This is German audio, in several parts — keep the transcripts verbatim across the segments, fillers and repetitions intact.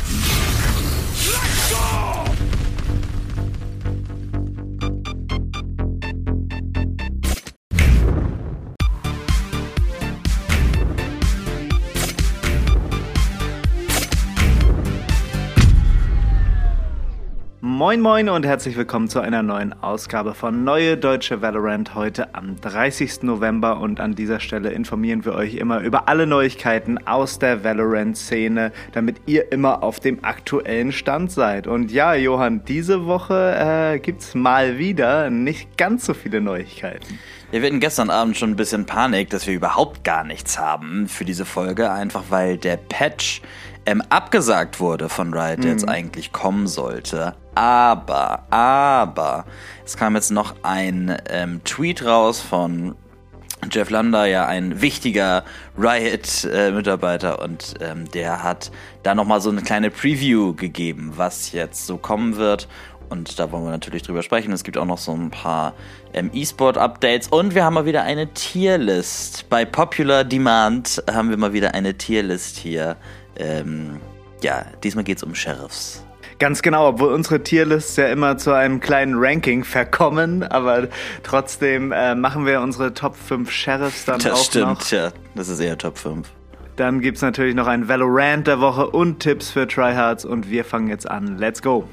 Moin moin und herzlich willkommen zu einer neuen Ausgabe von Neue Deutsche Valorant heute am dreißigsten November, und an dieser Stelle informieren wir euch immer über alle Neuigkeiten aus der Valorant-Szene, damit ihr immer auf dem aktuellen Stand seid. Und ja, Johann, diese Woche äh, gibt's mal wieder nicht ganz so viele Neuigkeiten. Wir hatten gestern Abend schon ein bisschen Panik, dass wir überhaupt gar nichts haben für diese Folge, einfach weil der Patch ähm, abgesagt wurde von Riot, der mhm. jetzt eigentlich kommen sollte. Aber, aber, es kam jetzt noch ein ähm, Tweet raus von Jeff Lander, ja ein wichtiger Riot-Mitarbeiter, äh, und ähm, der hat da nochmal so eine kleine Preview gegeben, was jetzt so kommen wird. Und da wollen wir natürlich drüber sprechen. Es gibt auch noch so ein paar ähm, E-Sport-Updates. Und wir haben mal wieder eine Tierlist. Bei Popular Demand haben wir mal wieder eine Tierlist hier. Ähm, ja, diesmal geht's um Sheriffs. Ganz genau, obwohl unsere Tierlists ja immer zu einem kleinen Ranking verkommen, aber trotzdem äh, machen wir unsere Top fünf Sheriffs dann das auch stimmt, noch. Das stimmt, ja, das ist eher Top fünf. Dann gibt's natürlich noch ein Valorant der Woche und Tipps für Tryhards, und wir fangen jetzt an. Let's go!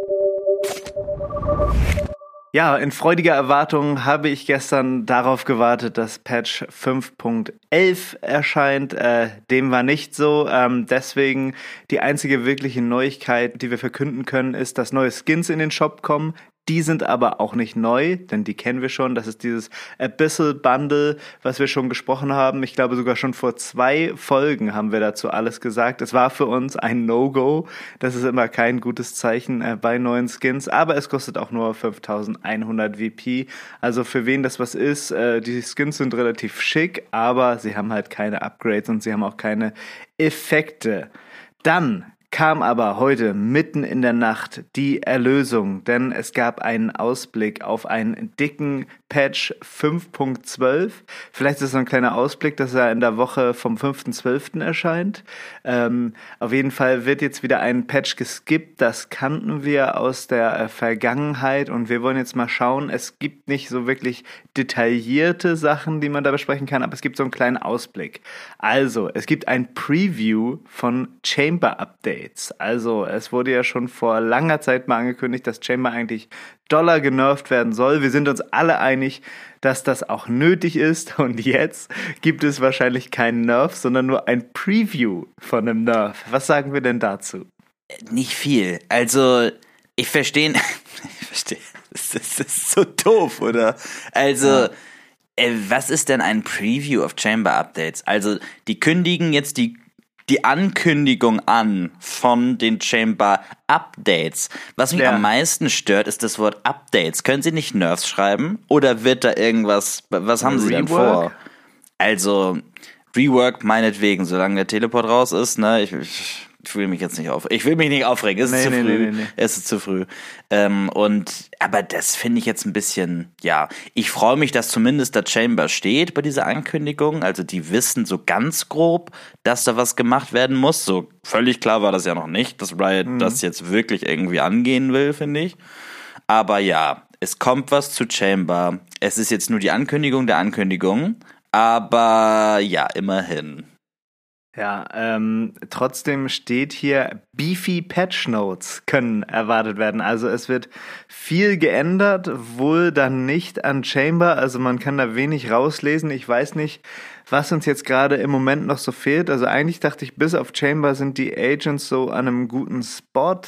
Ja, in freudiger Erwartung habe ich gestern darauf gewartet, dass Patch fünf Punkt elf erscheint. Äh, dem war nicht so. Ähm, deswegen die einzige wirkliche Neuigkeit, die wir verkünden können, ist, dass neue Skins in den Shop kommen. Die sind aber auch nicht neu, denn die kennen wir schon. Das ist dieses Abyssal Bundle, was wir schon gesprochen haben. Ich glaube, sogar schon vor zwei Folgen haben wir dazu alles gesagt. Es war für uns ein No-Go. Das ist immer kein gutes Zeichen äh, bei neuen Skins. Aber es kostet auch nur fünftausendeinhundert V P. Also für wen das was ist, äh, die Skins sind relativ schick, aber sie haben halt keine Upgrades und sie haben auch keine Effekte. Dann kam aber heute mitten in der Nacht die Erlösung, denn es gab einen Ausblick auf einen dicken Patch fünf Punkt zwölf. Vielleicht ist es so ein kleiner Ausblick, dass er in der Woche vom fünften zwölften erscheint. Ähm, auf jeden Fall wird jetzt wieder ein Patch geskippt. Das kannten wir aus der äh, Vergangenheit, und wir wollen jetzt mal schauen. Es gibt nicht so wirklich detaillierte Sachen, die man da besprechen kann, aber es gibt so einen kleinen Ausblick. Also, es gibt ein Preview von Chamber Updates. Also, es wurde ja schon vor langer Zeit mal angekündigt, dass Chamber eigentlich doller genervt werden soll. Wir sind uns alle einig, dass das auch nötig ist, und jetzt gibt es wahrscheinlich keinen Nerf, sondern nur ein Preview von einem Nerf. Was sagen wir denn dazu? Nicht viel. Also, ich verstehe, ich verstehe, das ist, das ist so doof, oder? Also, ja. äh, was ist denn ein Preview of Chamber Updates? Also, die kündigen jetzt die die Ankündigung an von den Chamber Updates. Was mich ja. am meisten stört, ist das Wort Updates. Können Sie nicht Nerfs schreiben? Oder wird da irgendwas, was haben Sie denn vor? Also, Rework meinetwegen, solange der Teleport raus ist, ne, ich, ich Ich will mich jetzt nicht auf. Ich will mich nicht aufregen. Es ist nee, zu nee, früh. Nee, nee. Es ist zu früh. Ähm, und aber das finde ich jetzt ein bisschen. Ja, ich freue mich, dass zumindest der Chamber steht bei dieser Ankündigung. Also die wissen so ganz grob, dass da was gemacht werden muss. So völlig klar war das ja noch nicht, dass Riot mhm. das jetzt wirklich irgendwie angehen will, finde ich. Aber ja, es kommt was zu Chamber. Es ist jetzt nur die Ankündigung der Ankündigung. Aber ja, immerhin. Ja, ähm, trotzdem steht hier, beefy Patch Notes können erwartet werden. Also es wird viel geändert, wohl dann nicht an Chamber. Also man kann da wenig rauslesen. Ich weiß nicht, was uns jetzt gerade im Moment noch so fehlt. Also eigentlich dachte ich, bis auf Chamber sind die Agents so an einem guten Spot.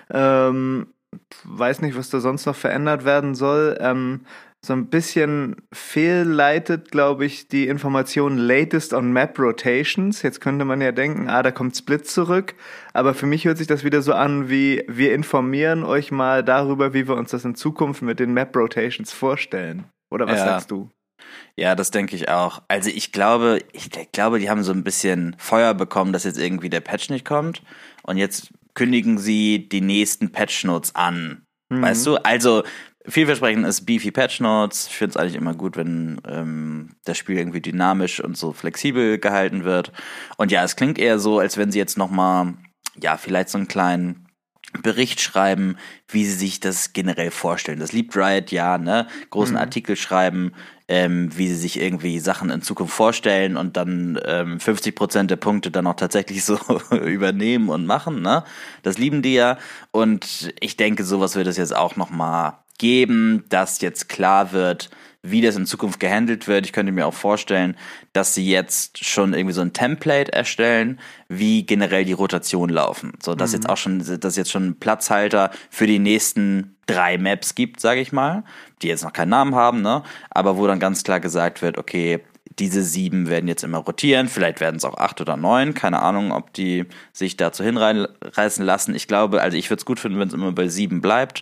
Ähm, weiß nicht, was da sonst noch verändert werden soll. Ähm, So ein bisschen fehlleitet, glaube ich, die Information latest on Map Rotations. Jetzt könnte man ja denken, ah, da kommt Split zurück. Aber für mich hört sich das wieder so an, wie wir informieren euch mal darüber, wie wir uns das in Zukunft mit den Map Rotations vorstellen. Oder was ja. sagst du? Ja, das denke ich auch. Also ich glaube, ich glaube, die haben so ein bisschen Feuer bekommen, dass jetzt irgendwie der Patch nicht kommt. Und jetzt kündigen sie die nächsten Patch Notes an. Mhm. Weißt du? Also vielversprechend ist beefy Patch Notes. Ich finde es eigentlich immer gut, wenn ähm, das Spiel irgendwie dynamisch und so flexibel gehalten wird. Und ja, es klingt eher so, als wenn sie jetzt nochmal ja, vielleicht so einen kleinen Bericht schreiben, wie sie sich das generell vorstellen. Das liebt Riot, ja, ne? Großen mhm. Artikel schreiben, ähm, wie sie sich irgendwie Sachen in Zukunft vorstellen und dann ähm, fünfzig Prozent der Punkte dann auch tatsächlich so übernehmen und machen, ne? Das lieben die ja. Und ich denke, sowas wird es jetzt auch nochmal geben, dass jetzt klar wird, wie das in Zukunft gehandelt wird. Ich könnte mir auch vorstellen, dass sie jetzt schon irgendwie so ein Template erstellen, wie generell die Rotationen laufen. So, dass mhm. jetzt auch schon, dass jetzt schon ein Platzhalter für die nächsten drei Maps gibt, sage ich mal, die jetzt noch keinen Namen haben, ne? Aber wo dann ganz klar gesagt wird, okay, diese sieben werden jetzt immer rotieren, vielleicht werden es auch acht oder neun, keine Ahnung, ob die sich dazu hinreißen lassen. Ich glaube, also ich würde es gut finden, wenn es immer bei sieben bleibt.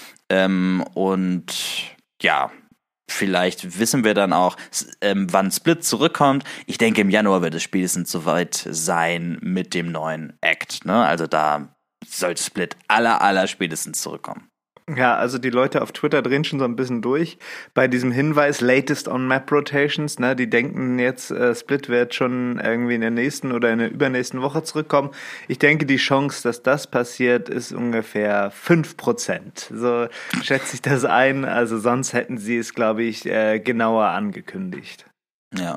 Ähm, und ja, vielleicht wissen wir dann auch, ähm, wann Split zurückkommt. Ich denke, im Januar wird es spätestens soweit sein mit dem neuen Act, ne? Also da sollte Split aller, aller spätestens zurückkommen. Ja, also die Leute auf Twitter drehen schon so ein bisschen durch bei diesem Hinweis, latest on Map Rotations, ne, die denken jetzt, äh, Split wird schon irgendwie in der nächsten oder in der übernächsten Woche zurückkommen. Ich denke, die Chance, dass das passiert, ist ungefähr fünf Prozent. So schätze ich das ein, also sonst hätten sie es, glaube ich, äh, genauer angekündigt. Ja.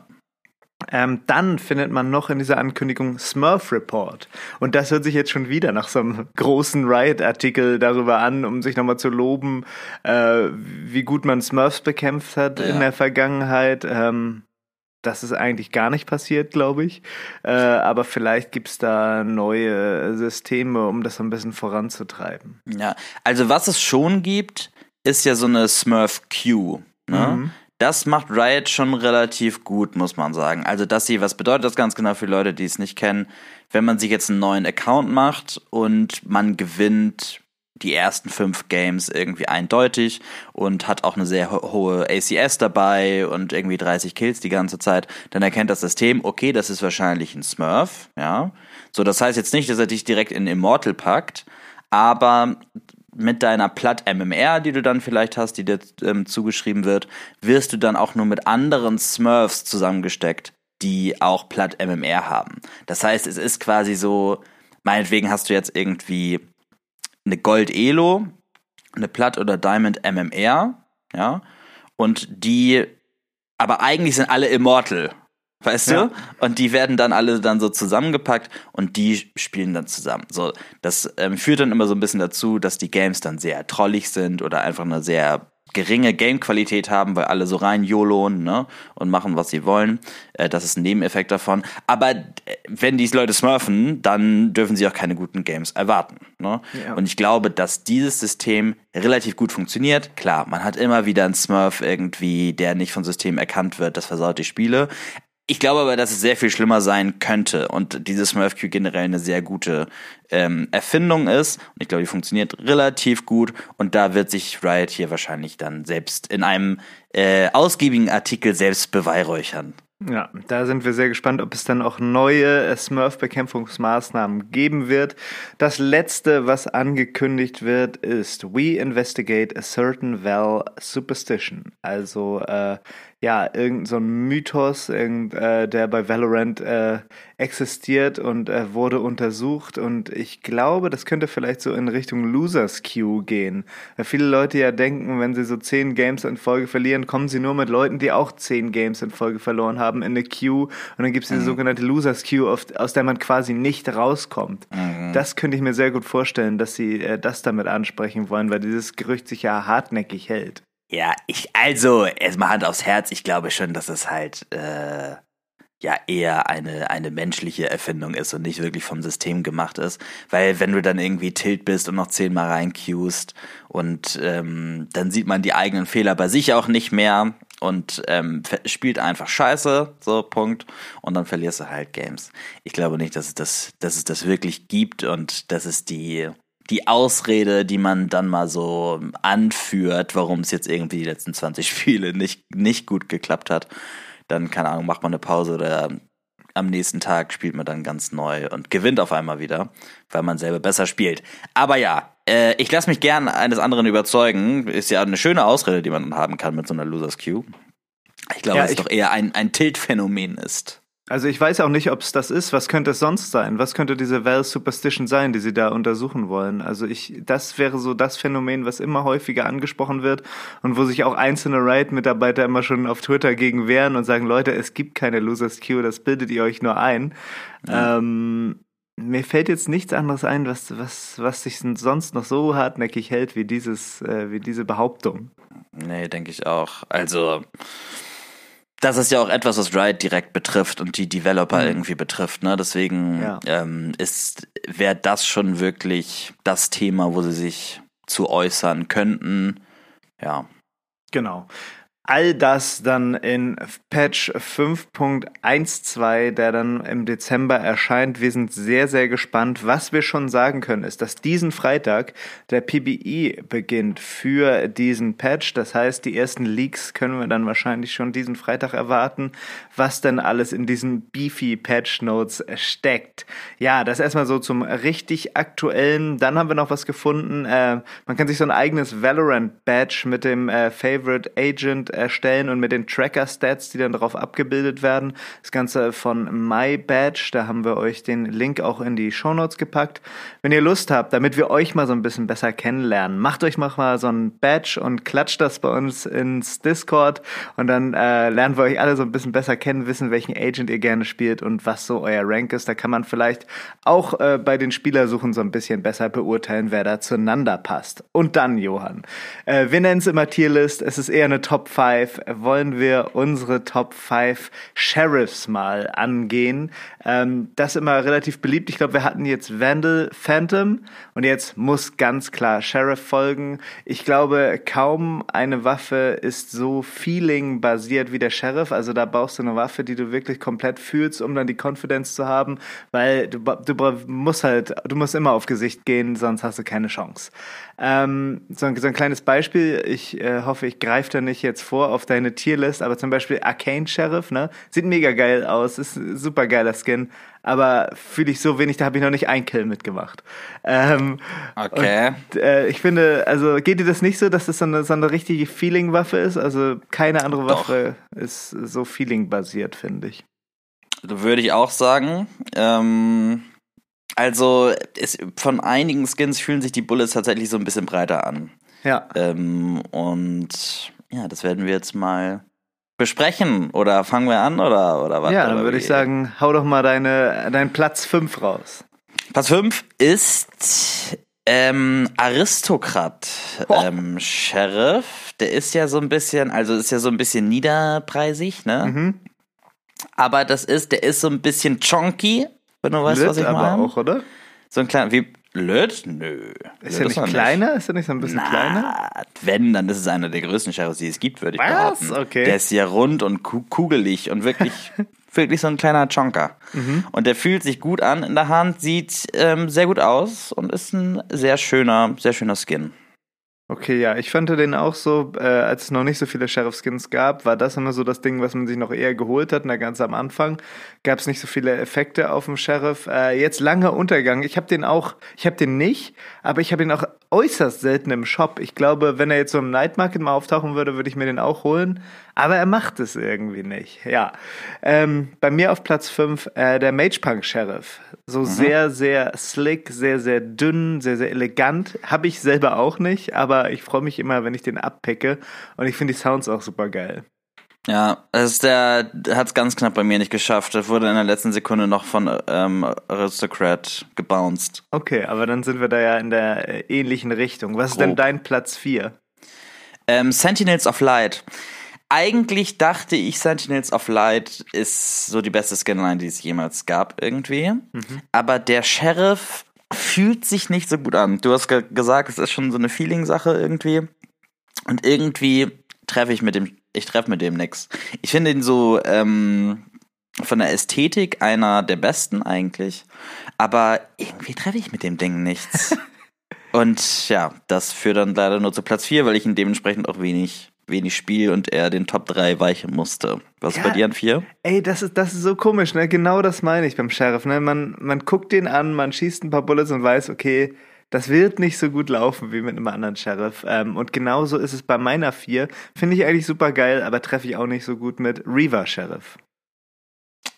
Ähm, dann findet man noch in dieser Ankündigung Smurf Report. Und das hört sich jetzt schon wieder nach so einem großen Riot-Artikel darüber an, um sich nochmal zu loben, äh, wie gut man Smurfs bekämpft hat ja. in der Vergangenheit. Ähm, das ist eigentlich gar nicht passiert, glaube ich. Äh, aber vielleicht gibt es da neue Systeme, um das so ein bisschen voranzutreiben. Ja, also was es schon gibt, ist ja so eine Smurf-Queue, ne? Mhm. Das macht Riot schon relativ gut, muss man sagen. Also, dass sie, was bedeutet das ganz genau für Leute, die es nicht kennen? Wenn man sich jetzt einen neuen Account macht und man gewinnt die ersten fünf Games irgendwie eindeutig und hat auch eine sehr ho- hohe A C S dabei und irgendwie dreißig Kills die ganze Zeit, dann erkennt das System, okay, das ist wahrscheinlich ein Smurf, ja. So, das heißt jetzt nicht, dass er dich direkt in Immortal packt, aber mit deiner Platt-M M R, die du dann vielleicht hast, die dir ähm, zugeschrieben wird, wirst du dann auch nur mit anderen Smurfs zusammengesteckt, die auch Platt-M M R haben. Das heißt, es ist quasi so, meinetwegen hast du jetzt irgendwie eine Gold-Elo, eine Platt- oder Diamond-M M R, ja, und die, aber eigentlich sind alle Immortal, weißt ja. du? Und die werden dann alle dann so zusammengepackt und die spielen dann zusammen. So, das ähm, führt dann immer so ein bisschen dazu, dass die Games dann sehr trollig sind oder einfach eine sehr geringe Game-Qualität haben, weil alle so rein YOLOen, ne, und machen, was sie wollen. Äh, das ist ein Nebeneffekt davon. Aber äh, wenn die Leute smurfen, dann dürfen sie auch keine guten Games erwarten, ne? Ja. Und ich glaube, dass dieses System relativ gut funktioniert. Klar, man hat immer wieder einen Smurf irgendwie, der nicht vom System erkannt wird. Das versaut die Spiele. Ich glaube aber, dass es sehr viel schlimmer sein könnte und diese Smurf-Queue generell eine sehr gute ähm, Erfindung ist. Und ich glaube, die funktioniert relativ gut und da wird sich Riot hier wahrscheinlich dann selbst in einem äh, ausgiebigen Artikel selbst beweihräuchern. Ja, da sind wir sehr gespannt, ob es dann auch neue äh, Smurf-Bekämpfungsmaßnahmen geben wird. Das letzte, was angekündigt wird, ist We investigate a certain Val superstition. Also, äh, ja, irgend so ein Mythos, irgend, äh, der bei Valorant äh, existiert und äh, wurde untersucht. Und ich glaube, das könnte vielleicht so in Richtung Losers Queue gehen. Weil viele Leute ja denken, wenn sie so zehn Games in Folge verlieren, kommen sie nur mit Leuten, die auch zehn Games in Folge verloren haben, in eine Queue. Und dann gibt es diese mhm. sogenannte Losers Queue, auf, aus der man quasi nicht rauskommt. Mhm. Das könnte ich mir sehr gut vorstellen, dass sie äh, das damit ansprechen wollen, weil dieses Gerücht sich ja hartnäckig hält. Ja, ich, also, erstmal Hand aufs Herz, ich glaube schon, dass es halt, äh, ja, eher eine, eine menschliche Erfindung ist und nicht wirklich vom System gemacht ist. Weil wenn du dann irgendwie tilt bist und noch zehnmal reinqueuest und, ähm, dann sieht man die eigenen Fehler bei sich auch nicht mehr und, ähm, spielt einfach scheiße, so, Punkt. Und dann verlierst du halt Games. Ich glaube nicht, dass es das, dass es das wirklich gibt und dass es die, die Ausrede, die man dann mal so anführt, warum es jetzt irgendwie die letzten zwanzig Spiele nicht, nicht gut geklappt hat. Dann, keine Ahnung, macht man eine Pause oder am nächsten Tag spielt man dann ganz neu und gewinnt auf einmal wieder, weil man selber besser spielt. Aber ja, äh, ich lasse mich gern eines anderen überzeugen. Ist ja eine schöne Ausrede, die man haben kann mit so einer Losers Queue. Ich glaube, ja, dass es doch eher ein, ein Tilt-Phänomen ist. Also ich weiß auch nicht, ob es das ist. Was könnte es sonst sein? Was könnte diese Val Superstition sein, die sie da untersuchen wollen? Also ich, das wäre so das Phänomen, was immer häufiger angesprochen wird und wo sich auch einzelne Riot-Mitarbeiter immer schon auf Twitter gegen wehren und sagen, Leute, es gibt keine Losers Queue, das bildet ihr euch nur ein. Ja. Ähm, mir fällt jetzt nichts anderes ein, was, was, was sich sonst noch so hartnäckig hält wie dieses, äh, wie diese Behauptung. Nee, denke ich auch. Also das ist ja auch etwas, was Riot direkt betrifft und die Developer mhm. irgendwie betrifft, ne? Deswegen ja. ähm, ist wäre das schon wirklich das Thema, wo sie sich zu äußern könnten. Ja. Genau. All das dann in Patch fünf Punkt zwölf, der dann im Dezember erscheint. Wir sind sehr, sehr gespannt. Was wir schon sagen können, ist, dass diesen Freitag der P B E beginnt für diesen Patch. Das heißt, die ersten Leaks können wir dann wahrscheinlich schon diesen Freitag erwarten, was denn alles in diesen beefy Patch Notes steckt. Ja, das erstmal so zum richtig aktuellen. Dann haben wir noch was gefunden. Äh, man kann sich so ein eigenes Valorant-Badge mit dem äh, Favorite Agent erstellen und mit den Tracker-Stats, die dann darauf abgebildet werden. Das Ganze von MyBadge, da haben wir euch den Link auch in die Shownotes gepackt. Wenn ihr Lust habt, damit wir euch mal so ein bisschen besser kennenlernen, macht euch mal so ein Badge und klatscht das bei uns ins Discord und dann äh, lernen wir euch alle so ein bisschen besser kennen, wissen, welchen Agent ihr gerne spielt und was so euer Rank ist. Da kann man vielleicht auch äh, bei den Spielersuchen so ein bisschen besser beurteilen, wer da zueinander passt. Und dann, Johann, äh, wir nennen es immer Tierlist, es ist eher eine Top fünf, wollen wir unsere Top fünf Sheriffs mal angehen. Ähm, das ist immer relativ beliebt. Ich glaube, wir hatten jetzt Vandal, Phantom und jetzt muss ganz klar Sheriff folgen. Ich glaube, kaum eine Waffe ist so Feeling-basiert wie der Sheriff. Also da brauchst du eine Waffe, die du wirklich komplett fühlst, um dann die Confidence zu haben, weil du, du musst halt, du musst immer auf Gesicht gehen, sonst hast du keine Chance. Ähm, so, ein, so ein kleines Beispiel, ich äh, hoffe, ich greife da nicht jetzt vor auf deine Tierlist, aber zum Beispiel Arcane Sheriff, ne? Sieht mega geil aus, ist ein super geiler Skin, aber fühle ich so wenig, da habe ich noch nicht ein Kill mitgemacht. Ähm, okay. Und, äh, ich finde, also geht dir das nicht so, dass das so eine, so eine richtige Feeling-Waffe ist? Also keine andere Waffe Doch. ist so Feeling-basiert, finde ich. Würde ich auch sagen. Ähm... Also es, von einigen Skins fühlen sich die Bullets tatsächlich so ein bisschen breiter an. Ja. Ähm, und ja, das werden wir jetzt mal besprechen. Oder fangen wir an oder, oder was? Ja, dann oder würde ich sagen, hau doch mal deine, deinen Platz fünf raus. Platz fünf ist ähm, Aristokrat ähm, Sheriff. Der ist ja so ein bisschen, also ist ja so ein bisschen niederpreisig, ne? Mhm. Aber das ist, der ist so ein bisschen chonky. Wenn du weißt, Lit, was ich meine. aber auch, oder? So ein kleiner, wie, Lit? Nö. Ist er nicht kleiner? Ist er nicht so ein bisschen Na, kleiner? Wenn, dann ist es einer der größten Sheriffs, die es gibt, würde ich was? behaupten. Okay. Der ist ja rund und kugelig und wirklich, wirklich so ein kleiner Chonker. Mhm. Und der fühlt sich gut an in der Hand, sieht ähm, sehr gut aus und ist ein sehr schöner, sehr schöner Skin. Okay, ja, ich fand den auch so, äh, als es noch nicht so viele Sheriff-Skins gab, war das immer so das Ding, was man sich noch eher geholt hat. Na, ganz am Anfang gab es nicht so viele Effekte auf dem Sheriff. Äh, jetzt langer Untergang. Ich habe den auch, ich habe den nicht, aber ich habe ihn auch äußerst selten im Shop. Ich glaube, wenn er jetzt so im Night Market mal auftauchen würde, würde ich mir den auch holen. Aber er macht es irgendwie nicht. Ja, ähm, bei mir auf Platz fünf äh, der Magepunk Sheriff. So mhm. sehr, sehr slick, sehr, sehr dünn, sehr, sehr elegant. Habe ich selber auch nicht, aber ich freue mich immer, wenn ich den abpicke. Und ich finde die Sounds auch super geil. Ja, es ist der hat es ganz knapp bei mir nicht geschafft. Das wurde in der letzten Sekunde noch von ähm, Aristocrat gebounced. Okay, aber dann sind wir da ja in der äh, ähnlichen Richtung. Was Grob. Ist denn dein Platz vier? Ähm, Sentinels of Light. Eigentlich dachte ich, Sentinels of Light ist so die beste Skinline, die es jemals gab irgendwie. Mhm. Aber der Sheriff fühlt sich nicht so gut an. Du hast ge- gesagt, es ist schon so eine Feeling-Sache irgendwie. Und irgendwie treffe ich mit dem, ich treffe mit dem nix. Ich finde ihn so ähm, von der Ästhetik einer der besten eigentlich. Aber irgendwie treffe ich mit dem Ding nichts. Und ja, das führt dann leider nur zu Platz vier, weil ich ihn dementsprechend auch wenig wenig Spiel und er den Top drei weichen musste. Was ja, ist bei dir an vier? Ey, das ist, das ist so komisch, ne? Genau das meine ich beim Sheriff, ne? Man, man guckt den an, man schießt ein paar Bullets und weiß, okay, das wird nicht so gut laufen wie mit einem anderen Sheriff. Ähm, und genauso ist es bei meiner vier. Finde ich eigentlich super geil, aber treffe ich auch nicht so gut mit Reaver Sheriff.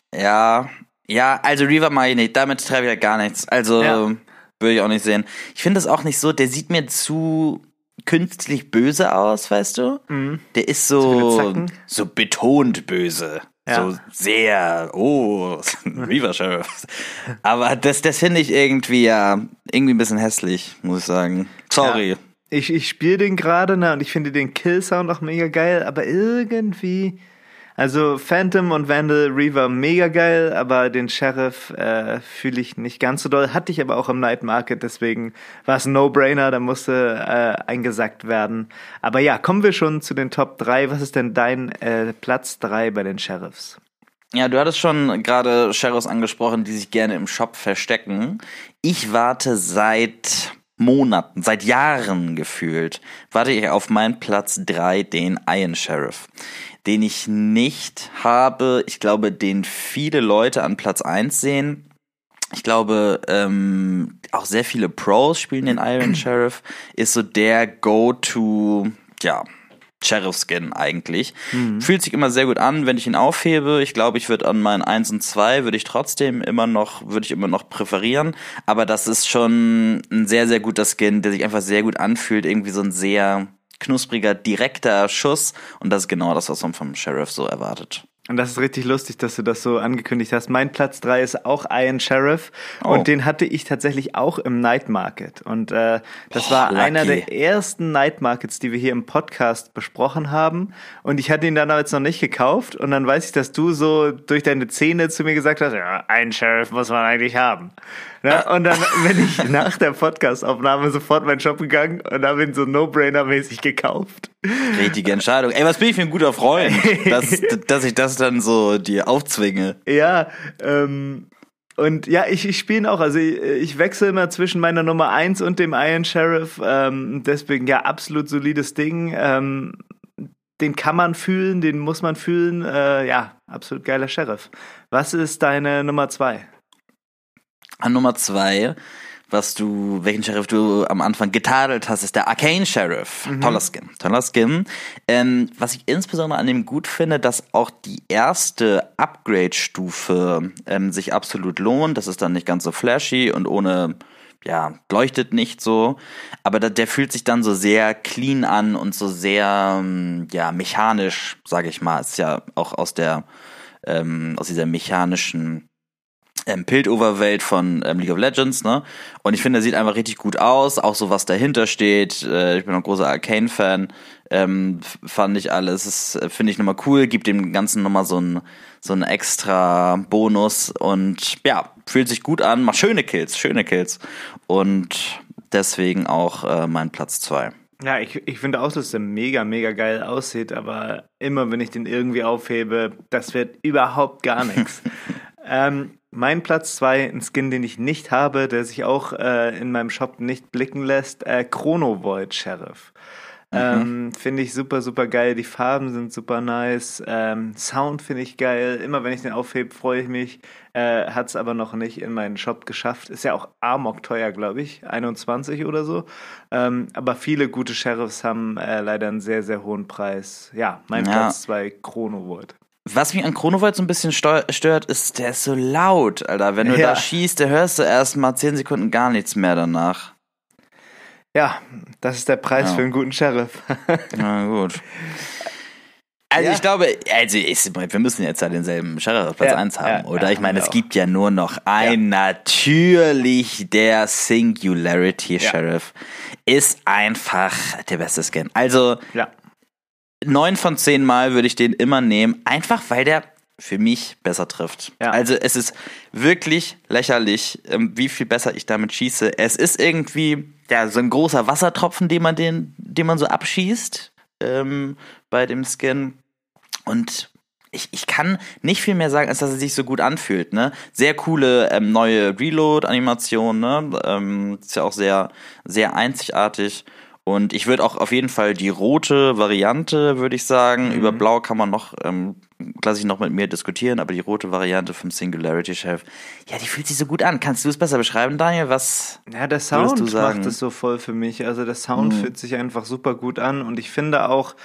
Ja, ja, also Reaver mag ich nicht, damit treffe ich halt gar nichts. Also, ja. Würde ich auch nicht sehen. Ich finde das auch nicht so, der sieht mir zu künstlich böse aus, weißt du? Mhm. Der ist so, so betont böse. Ja. So sehr, oh, Reaver Sheriff. Aber das, das finde ich irgendwie, ja, irgendwie ein bisschen hässlich, muss ich sagen. Sorry. Ja. Ich, ich spiele den gerade, ne, und ich finde den Kill-Sound auch mega geil, aber irgendwie, also Phantom und Vandal Reaver mega geil, aber den Sheriff äh, fühle ich nicht ganz so doll. Hatte ich aber auch im Night Market, deswegen war es ein No-Brainer, da musste äh, eingesackt werden. Aber ja, kommen wir schon zu den Top drei. Was ist denn dein äh, Platz drei bei den Sheriffs? Ja, du hattest schon gerade Sheriffs angesprochen, die sich gerne im Shop verstecken. Ich warte seit Monaten, seit Jahren gefühlt, warte ich auf meinen Platz drei, den Iron Sheriff, den ich nicht habe. Ich glaube, den viele Leute an Platz eins sehen. Ich glaube, ähm, auch sehr viele Pros spielen den Iron Sheriff. Ist so der Go-To, ja, Sheriff-Skin eigentlich. Mhm. Fühlt sich immer sehr gut an, wenn ich ihn aufhebe. Ich glaube, ich würde an meinen eins und zwei würde ich trotzdem immer noch, würde ich immer noch präferieren. Aber das ist schon ein sehr, sehr guter Skin, der sich einfach sehr gut anfühlt. Irgendwie so ein sehr knuspriger, direkter Schuss. Und das ist genau das, was man vom Sheriff so erwartet. Und das ist richtig lustig, dass du das so angekündigt hast. Mein Platz drei ist auch Iron Sheriff. Oh. Und den hatte ich tatsächlich auch im Night Market. Und äh, das Boah, war lucky. einer der ersten Night Markets, die wir hier im Podcast besprochen haben. Und ich hatte ihn dann jetzt noch nicht gekauft. Und dann weiß ich, dass du so durch deine Zähne zu mir gesagt hast, ja, einen Sheriff muss man eigentlich haben. Ja, und dann bin ich nach der Podcast-Aufnahme sofort in meinen Shop gegangen und habe ihn so No-Brainer-mäßig gekauft. Richtige Entscheidung. Ey, was bin ich für ein guter Freund, dass, dass ich das dann so dir aufzwinge. Ja, ähm, und ja, ich, ich spiele ihn auch. Also ich, ich wechsle immer zwischen meiner Nummer eins und dem Iron Sheriff. Ähm, deswegen ja, absolut solides Ding. Ähm, den kann man fühlen, den muss man fühlen. Äh, ja, absolut geiler Sheriff. Was ist deine Nummer zwei? An Nummer zwei, was du, welchen Sheriff du am Anfang getadelt hast, ist der Arcane Sheriff. Mhm. Toller Skin, toller Skin. Ähm, was ich insbesondere an dem gut finde, dass auch die erste Upgrade-Stufe ähm, sich absolut lohnt. Das ist dann nicht ganz so flashy und ohne, ja, leuchtet nicht so. Aber da, der fühlt sich dann so sehr clean an und so sehr, ja, mechanisch, sage ich mal. Ist ja auch aus der, ähm, aus dieser mechanischen Ähm, Piltover-Welt von ähm, League of Legends, ne? Und ich finde, er sieht einfach richtig gut aus, auch so was dahinter steht. Äh, ich bin ein großer Arcane-Fan, ähm, fand ich alles, ist, finde ich nochmal cool, gibt dem Ganzen nochmal so einen so einen extra Bonus und ja, fühlt sich gut an, macht schöne Kills, schöne Kills und deswegen auch äh, mein Platz zwei. Ja, ich, ich finde auch, dass der mega, mega geil aussieht, aber immer, wenn ich den irgendwie aufhebe, das wird überhaupt gar nichts. ähm, Mein Platz zwei, ein Skin, den ich nicht habe, der sich auch äh, in meinem Shop nicht blicken lässt, äh, Chrono Void Sheriff. Mhm. Ähm, finde ich super, super geil. Die Farben sind super nice. Ähm, Sound finde ich geil. Immer wenn ich den aufhebe, freue ich mich. Äh, hat es aber noch nicht in meinen Shop geschafft. Ist ja auch amok teuer, glaube ich. einundzwanzig oder so. Ähm, aber viele gute Sheriffs haben äh, leider einen sehr, sehr hohen Preis. Ja, mein ja. Platz zwei, Chrono Void. Was mich an Chrono Void so ein bisschen stört, ist, der ist so laut, Alter. Wenn du ja. da schießt, da hörst du erst mal zehn Sekunden gar nichts mehr danach. Ja, das ist der Preis ja. für einen guten Sheriff. Na gut. Also ja. ich glaube, also ich, wir müssen jetzt ja denselben Sheriff auf Platz ja. eins haben, ja. oder? Ja, ich meine, es auch. gibt ja nur noch einen, ja. natürlich der Singularity ja. Sheriff. Ist einfach der beste Skin. Also, ja. Neun von zehn Mal würde ich den immer nehmen, einfach weil der für mich besser trifft. Ja. Also es ist wirklich lächerlich, wie viel besser ich damit schieße. Es ist irgendwie ja so ein großer Wassertropfen, den man den, den man so abschießt ähm, bei dem Skin. Und ich, ich kann nicht viel mehr sagen, als dass er sich so gut anfühlt. Ne? Sehr coole ähm, neue Reload-Animation. Ne? Ähm, ist ja auch sehr, sehr einzigartig. Und ich würde auch auf jeden Fall die rote Variante, würde ich sagen, mhm. über Blau kann man noch, ähm, lasse ich noch mit mir diskutieren, aber die rote Variante vom Singularity Sheriff, ja, die fühlt sich so gut an. Kannst du es besser beschreiben, Daniel? Was Ja, der Sound macht es so voll für mich. Also der Sound mhm. fühlt sich einfach super gut an und ich finde auch,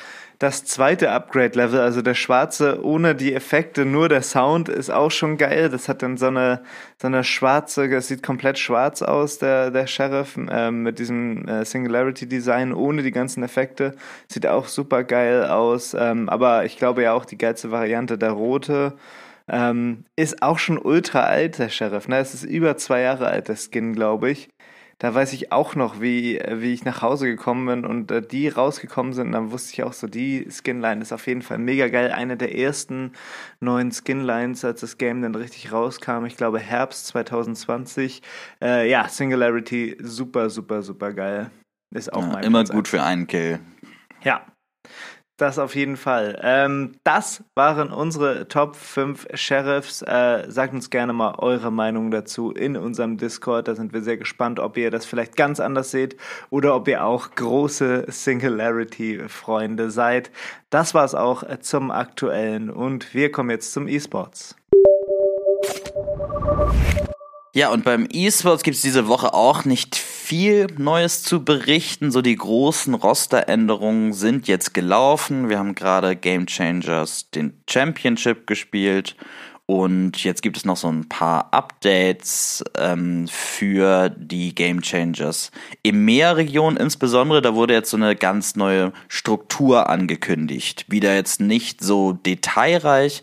das zweite Upgrade-Level, also der schwarze ohne die Effekte, nur der Sound ist auch schon geil. Das hat dann so eine, so eine schwarze, das sieht komplett schwarz aus, der, der Sheriff, äh, mit diesem äh, Singularity-Design ohne die ganzen Effekte. Sieht auch super geil aus, ähm, aber ich glaube ja auch die geilste Variante, der rote, ähm, ist auch schon ultra alt, der Sheriff. Ne? Es ist über zwei Jahre alt, der Skin, glaube ich. Da weiß ich auch noch, wie, wie ich nach Hause gekommen bin und äh, die rausgekommen sind. Und dann wusste ich auch so, die Skinline ist auf jeden Fall mega geil. Eine der ersten neuen Skinlines, als das Game dann richtig rauskam. Ich glaube Herbst zwanzig zwanzig. Äh, ja, Singularity, super, super, super geil. Ist auch ja, mein immer Platz gut für einen Kill. Ja. Das auf jeden Fall. Ähm, das waren unsere Top fünf Sheriffs. Äh, sagt uns gerne mal eure Meinung dazu in unserem Discord. Da sind wir sehr gespannt, ob ihr das vielleicht ganz anders seht oder ob ihr auch große Singularity-Freunde seid. Das war es auch zum Aktuellen und wir kommen jetzt zum E-Sports. Ja, und beim E-Sports gibt es diese Woche auch nicht viel Neues zu berichten. So die großen Rosteränderungen sind jetzt gelaufen. Wir haben gerade Game Changers den Championship gespielt. Und jetzt gibt es noch so ein paar Updates ähm, für die Game Changers. E M E A-Region insbesondere, da wurde jetzt so eine ganz neue Struktur angekündigt. Wieder jetzt nicht so detailreich,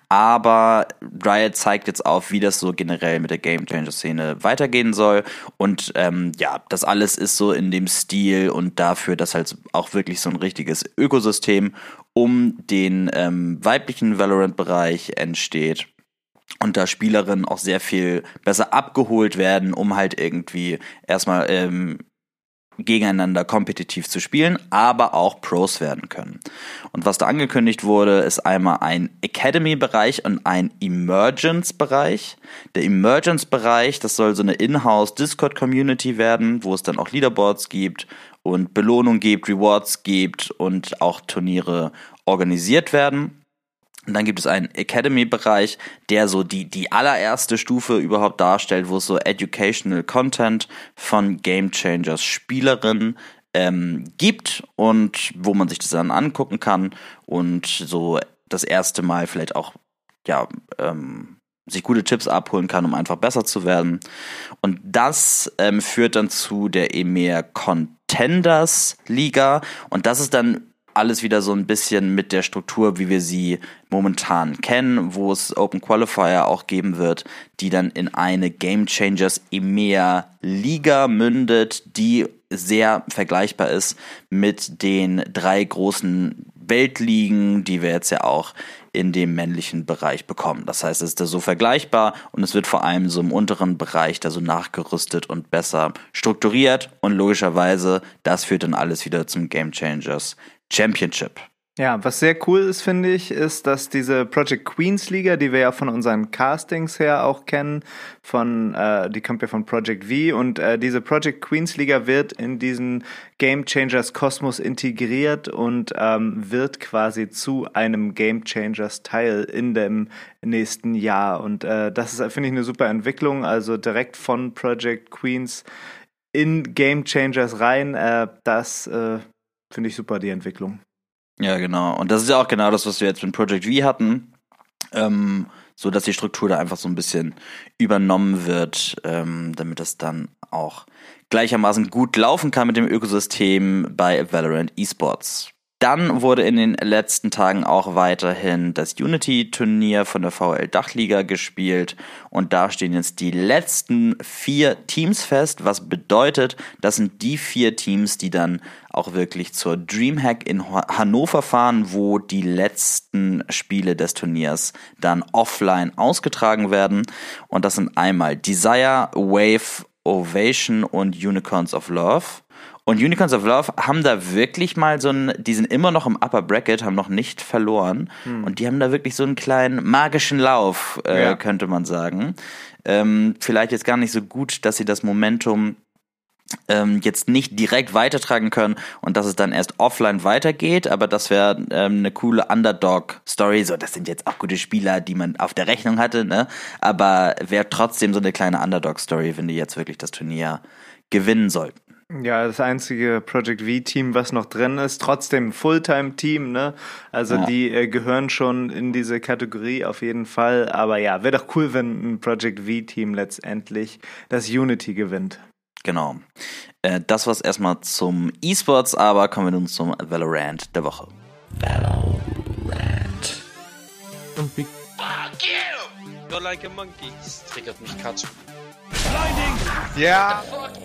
aber Riot zeigt jetzt auf, wie das so generell mit der Game Changer-Szene weitergehen soll. Und ähm, ja, das alles ist so in dem Stil und dafür, dass halt auch wirklich so ein richtiges Ökosystem um den ähm, weiblichen Valorant-Bereich entsteht. Und da Spielerinnen auch sehr viel besser abgeholt werden, um halt irgendwie erstmal ähm, gegeneinander kompetitiv zu spielen, aber auch Pros werden können. Und was da angekündigt wurde, ist einmal ein Academy-Bereich und ein Emergence-Bereich. Der Emergence-Bereich, das soll so eine Inhouse-Discord-Community werden, wo es dann auch Leaderboards gibt und Belohnung gibt, Rewards gibt und auch Turniere organisiert werden. Und dann gibt es einen Academy-Bereich, der so die, die allererste Stufe überhaupt darstellt, wo es so Educational Content von Game Changers Spielerinnen ähm, gibt und wo man sich das dann angucken kann und so das erste Mal vielleicht auch, ja, ähm, sich gute Tipps abholen kann, um einfach besser zu werden. Und das ähm, führt dann zu der E M E A Contenders Liga und das ist dann alles wieder so ein bisschen mit der Struktur, wie wir sie momentan kennen, wo es Open Qualifier auch geben wird, die dann in eine Game Changers E M E A Liga mündet, die sehr vergleichbar ist mit den drei großen Weltligen, die wir jetzt ja auch in dem männlichen Bereich bekommen. Das heißt, es ist da so vergleichbar und es wird vor allem so im unteren Bereich da so nachgerüstet und besser strukturiert und logischerweise, das führt dann alles wieder zum Game Changers Championship. Ja, was sehr cool ist, finde ich, ist, dass diese Project Queens Liga, die wir ja von unseren Castings her auch kennen, von äh, die kommt ja von Project V und äh, diese Project Queens Liga wird in diesen Game Changers Kosmos integriert und ähm, wird quasi zu einem Game Changers Teil in dem nächsten Jahr und äh, das ist, finde ich, eine super Entwicklung, also direkt von Project Queens in Game Changers rein, äh, das äh, finde ich super, die Entwicklung. Ja, genau. Und das ist ja auch genau das, was wir jetzt mit Project V hatten, ähm, so dass die Struktur da einfach so ein bisschen übernommen wird, ähm, damit das dann auch gleichermaßen gut laufen kann mit dem Ökosystem bei Valorant Esports. Dann wurde in den letzten Tagen auch weiterhin das Unity-Turnier von der V L-Dachliga gespielt und da stehen jetzt die letzten vier Teams fest, was bedeutet, das sind die vier Teams, die dann auch wirklich zur Dreamhack in Hannover fahren, wo die letzten Spiele des Turniers dann offline ausgetragen werden und das sind einmal Desire, Wave, Ovation und Unicorns of Love. Und Unicorns of Love haben da wirklich mal so einen, die sind immer noch im Upper Bracket, haben noch nicht verloren. Hm. Und die haben da wirklich so einen kleinen magischen Lauf, äh, ja. könnte man sagen. Ähm, vielleicht jetzt gar nicht so gut, dass sie das Momentum ähm, jetzt nicht direkt weitertragen können und dass es dann erst offline weitergeht, aber das wäre ähm, eine coole Underdog-Story. So, das sind jetzt auch gute Spieler, die man auf der Rechnung hatte, ne? Aber wäre trotzdem so eine kleine Underdog-Story, wenn die jetzt wirklich das Turnier gewinnen sollten. Ja, das einzige Project V-Team, was noch drin ist, trotzdem ein Fulltime-Team, ne? Also ja. die äh, gehören schon in diese Kategorie auf jeden Fall. Aber ja, wäre doch cool, wenn ein Project V-Team letztendlich das Unity gewinnt. Genau. Äh, das war's erstmal zum E-Sports, aber kommen wir nun zum Valorant der Woche. Valorant. Und Big Fuck you! You're like a monkey. Das triggert mich Katsch. Blinding! Ja!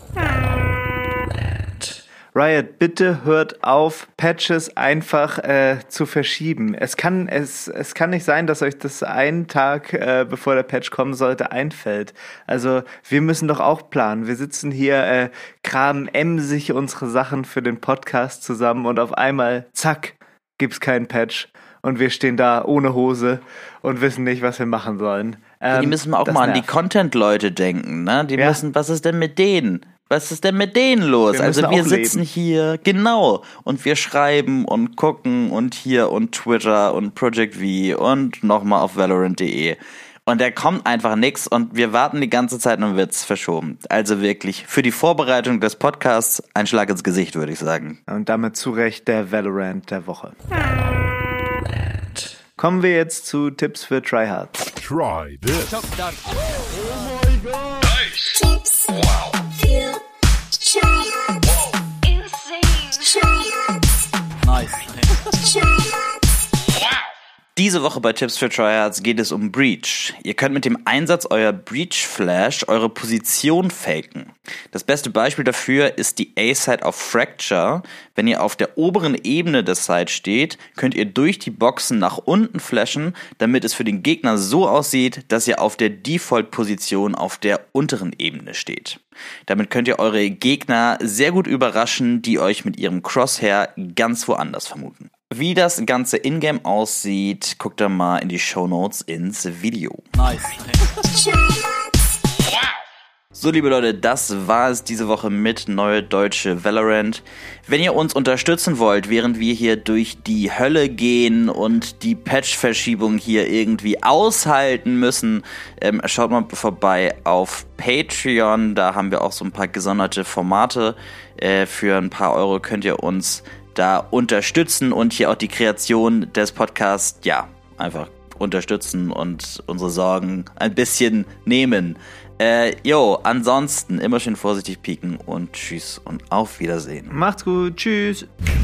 Riot, bitte hört auf, Patches einfach äh, zu verschieben. Es kann, es, es kann nicht sein, dass euch das einen Tag, äh, bevor der Patch kommen sollte, einfällt. Also wir müssen doch auch planen. Wir sitzen hier, äh, kramen emsig unsere Sachen für den Podcast zusammen und auf einmal, zack, gibt's keinen Patch. Und wir stehen da ohne Hose und wissen nicht, was wir machen sollen. Ähm, die müssen auch mal an die Content-Leute denken, ne? Die ja. müssen, was ist denn mit denen? Was ist denn mit denen los? Wir also wir sitzen leben. hier, genau, und wir schreiben und gucken und hier und Twitter und Project V und nochmal auf Valorant punkt de. Und da kommt einfach nix und wir warten die ganze Zeit und wird's verschoben. Also wirklich, für die Vorbereitung des Podcasts ein Schlag ins Gesicht, würde ich sagen. Und damit zu Recht der Valorant der Woche. Kommen wir jetzt zu Tipps für Tryhards. Try this. Top done. Oh my god. Nice. Tipps wow. für Tryhards. Wow. Insane. Tryhards. Nice. Tryhards. Wow. Diese Woche bei Tipps für Tryhards geht es um Breach. Ihr könnt mit dem Einsatz eurer Breach Flash eure Position faken. Das beste Beispiel dafür ist die A-Site auf Fracture. Wenn ihr auf der oberen Ebene des Site steht, könnt ihr durch die Boxen nach unten flashen, damit es für den Gegner so aussieht, dass ihr auf der Default-Position auf der unteren Ebene steht. Damit könnt ihr eure Gegner sehr gut überraschen, die euch mit ihrem Crosshair ganz woanders vermuten. Wie das Ganze in-game aussieht, guckt da mal in die Shownotes ins Video. Nice. So, liebe Leute, das war es diese Woche mit Neue Deutsche Valorant. Wenn ihr uns unterstützen wollt, während wir hier durch die Hölle gehen und die Patch-Verschiebung hier irgendwie aushalten müssen, ähm, schaut mal vorbei auf Patreon. Da haben wir auch so ein paar gesonderte Formate. Äh, für ein paar Euro könnt ihr uns da unterstützen und hier auch die Kreation des Podcasts, ja, einfach unterstützen und unsere Sorgen ein bisschen nehmen. Äh, jo, ansonsten immer schön vorsichtig pieken und tschüss und auf Wiedersehen. Macht's gut, tschüss.